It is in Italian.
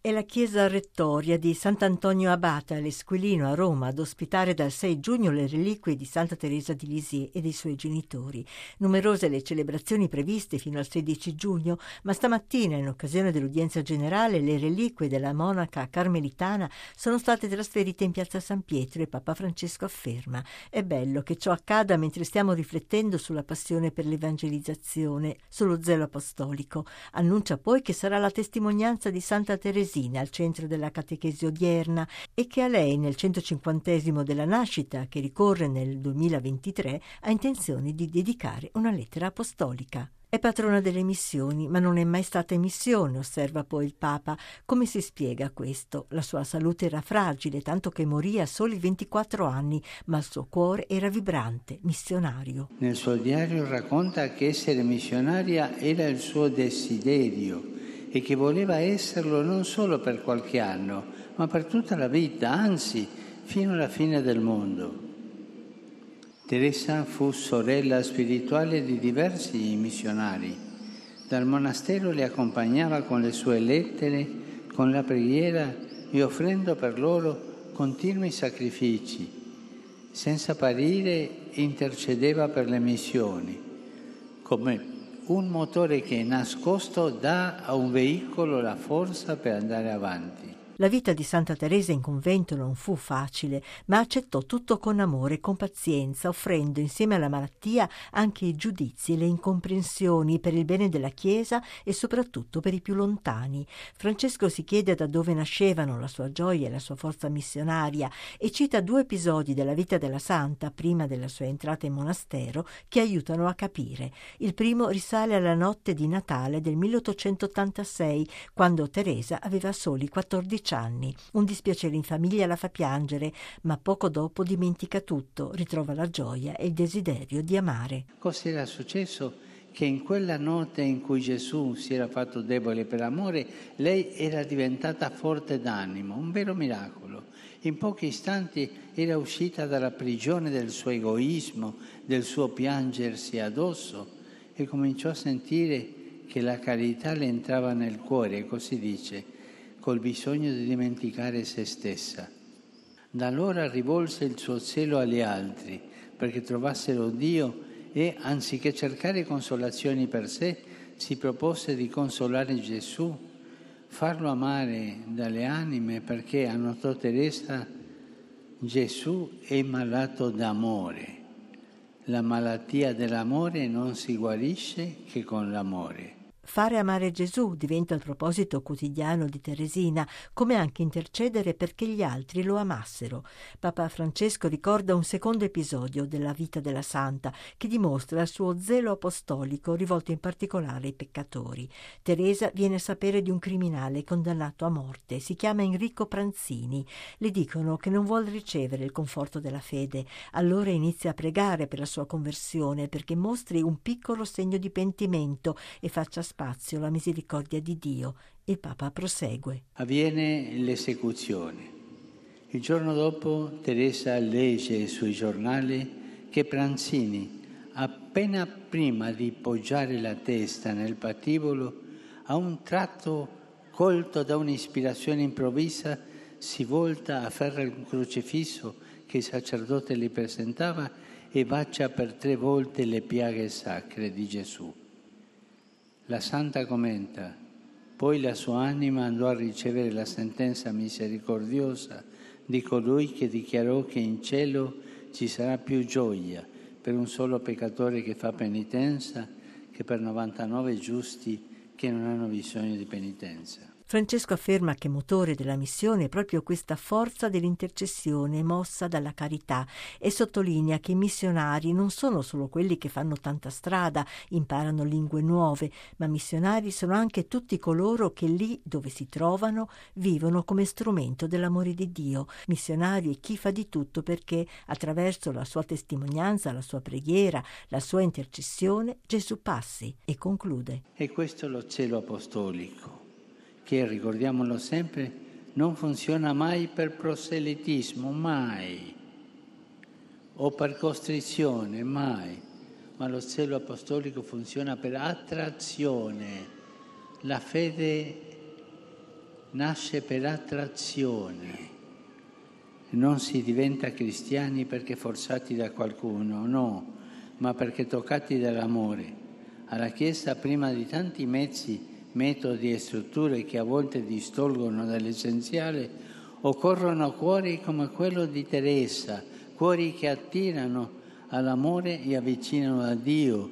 È la chiesa rettoria di Sant'Antonio Abate all'Esquilino a Roma ad ospitare dal 6 giugno le reliquie di Santa Teresa di Lisieux e dei suoi genitori. Numerose le celebrazioni previste fino al 16 giugno, ma stamattina, in occasione dell'udienza generale, le reliquie della monaca carmelitana sono state trasferite in piazza San Pietro e Papa Francesco afferma: è bello che ciò accada mentre stiamo riflettendo sulla passione per l'evangelizzazione, sullo zelo apostolico. Annuncia poi che sarà la testimonianza di Santa Teresina al centro della catechesi odierna e che a lei, nel 150° della nascita, che ricorre nel 2023, ha intenzione di dedicare una lettera apostolica. È patrona delle missioni, ma non è mai stata in missione, osserva poi il Papa. Come si spiega questo? La sua salute era fragile, tanto che morì a soli 24 anni, ma il suo cuore era vibrante, missionario. Nel suo diario racconta che essere missionaria era il suo desiderio e che voleva esserlo non solo per qualche anno, ma per tutta la vita, anzi, fino alla fine del mondo. Teresa fu sorella spirituale di diversi missionari. Dal monastero li accompagnava con le sue lettere, con la preghiera e offrendo per loro continui sacrifici. Senza parire intercedeva per le missioni, come un motore che nascosto dà a un veicolo la forza per andare avanti. La vita di Santa Teresa in convento non fu facile, ma accettò tutto con amore e con pazienza, offrendo insieme alla malattia anche i giudizi e le incomprensioni per il bene della Chiesa e soprattutto per i più lontani. Francesco si chiede da dove nascevano la sua gioia e la sua forza missionaria e cita 2 episodi della vita della Santa prima della sua entrata in monastero che aiutano a capire. Il primo risale alla notte di Natale del 1886, quando Teresa aveva soli 14 anni. Un dispiacere in famiglia la fa piangere, ma poco dopo dimentica tutto, ritrova la gioia e il desiderio di amare. Cos'era successo? Che in quella notte in cui Gesù si era fatto debole per amore, lei era diventata forte d'animo, un vero miracolo. In pochi istanti era uscita dalla prigione del suo egoismo, del suo piangersi addosso e cominciò a sentire che la carità le entrava nel cuore, così dice, col bisogno di dimenticare se stessa. Da allora rivolse il suo zelo agli altri perché trovassero Dio e, anziché cercare consolazioni per sé, si propose di consolare Gesù, farlo amare dalle anime perché, annotò Teresa, Gesù è malato d'amore. La malattia dell'amore non si guarisce che con l'amore. Fare amare Gesù diventa il proposito quotidiano di Teresina, come anche intercedere perché gli altri lo amassero. Papa Francesco ricorda un secondo episodio della vita della Santa che dimostra il suo zelo apostolico rivolto in particolare ai peccatori. Teresa viene a sapere di un criminale condannato a morte. Si chiama Enrico Pranzini. Le dicono che non vuole ricevere il conforto della fede. Allora inizia a pregare per la sua conversione perché mostri un piccolo segno di pentimento e faccia spazio alla misericordia di Dio. Il Papa prosegue. Avviene l'esecuzione. Il giorno dopo Teresa legge sui giornali che Pranzini, appena prima di poggiare la testa nel patibolo, a un tratto, colto da un'ispirazione improvvisa, si volta, afferra il crocifisso che il sacerdote gli presentava e bacia per 3 volte le piaghe sacre di Gesù. La Santa commenta: poi la sua anima andò a ricevere la sentenza misericordiosa di colui che dichiarò che in cielo ci sarà più gioia per un solo peccatore che fa penitenza che per 99 giusti che non hanno bisogno di penitenza. Francesco afferma che motore della missione è proprio questa forza dell'intercessione mossa dalla carità e sottolinea che i missionari non sono solo quelli che fanno tanta strada, imparano lingue nuove, ma missionari sono anche tutti coloro che lì dove si trovano vivono come strumento dell'amore di Dio. Missionario è chi fa di tutto perché attraverso la sua testimonianza, la sua preghiera, la sua intercessione Gesù passi, e conclude. E questo è lo zelo apostolico, che, ricordiamolo sempre, non funziona mai per proselitismo, mai, o per costrizione, mai, ma lo zelo apostolico funziona per attrazione. La fede nasce per attrazione. Non si diventa cristiani perché forzati da qualcuno, no, ma perché toccati dall'amore. Alla Chiesa, prima di tanti mezzi, metodi e strutture che a volte distolgono dall'essenziale, occorrono cuori come quello di Teresa, cuori che attirano all'amore e avvicinano a Dio,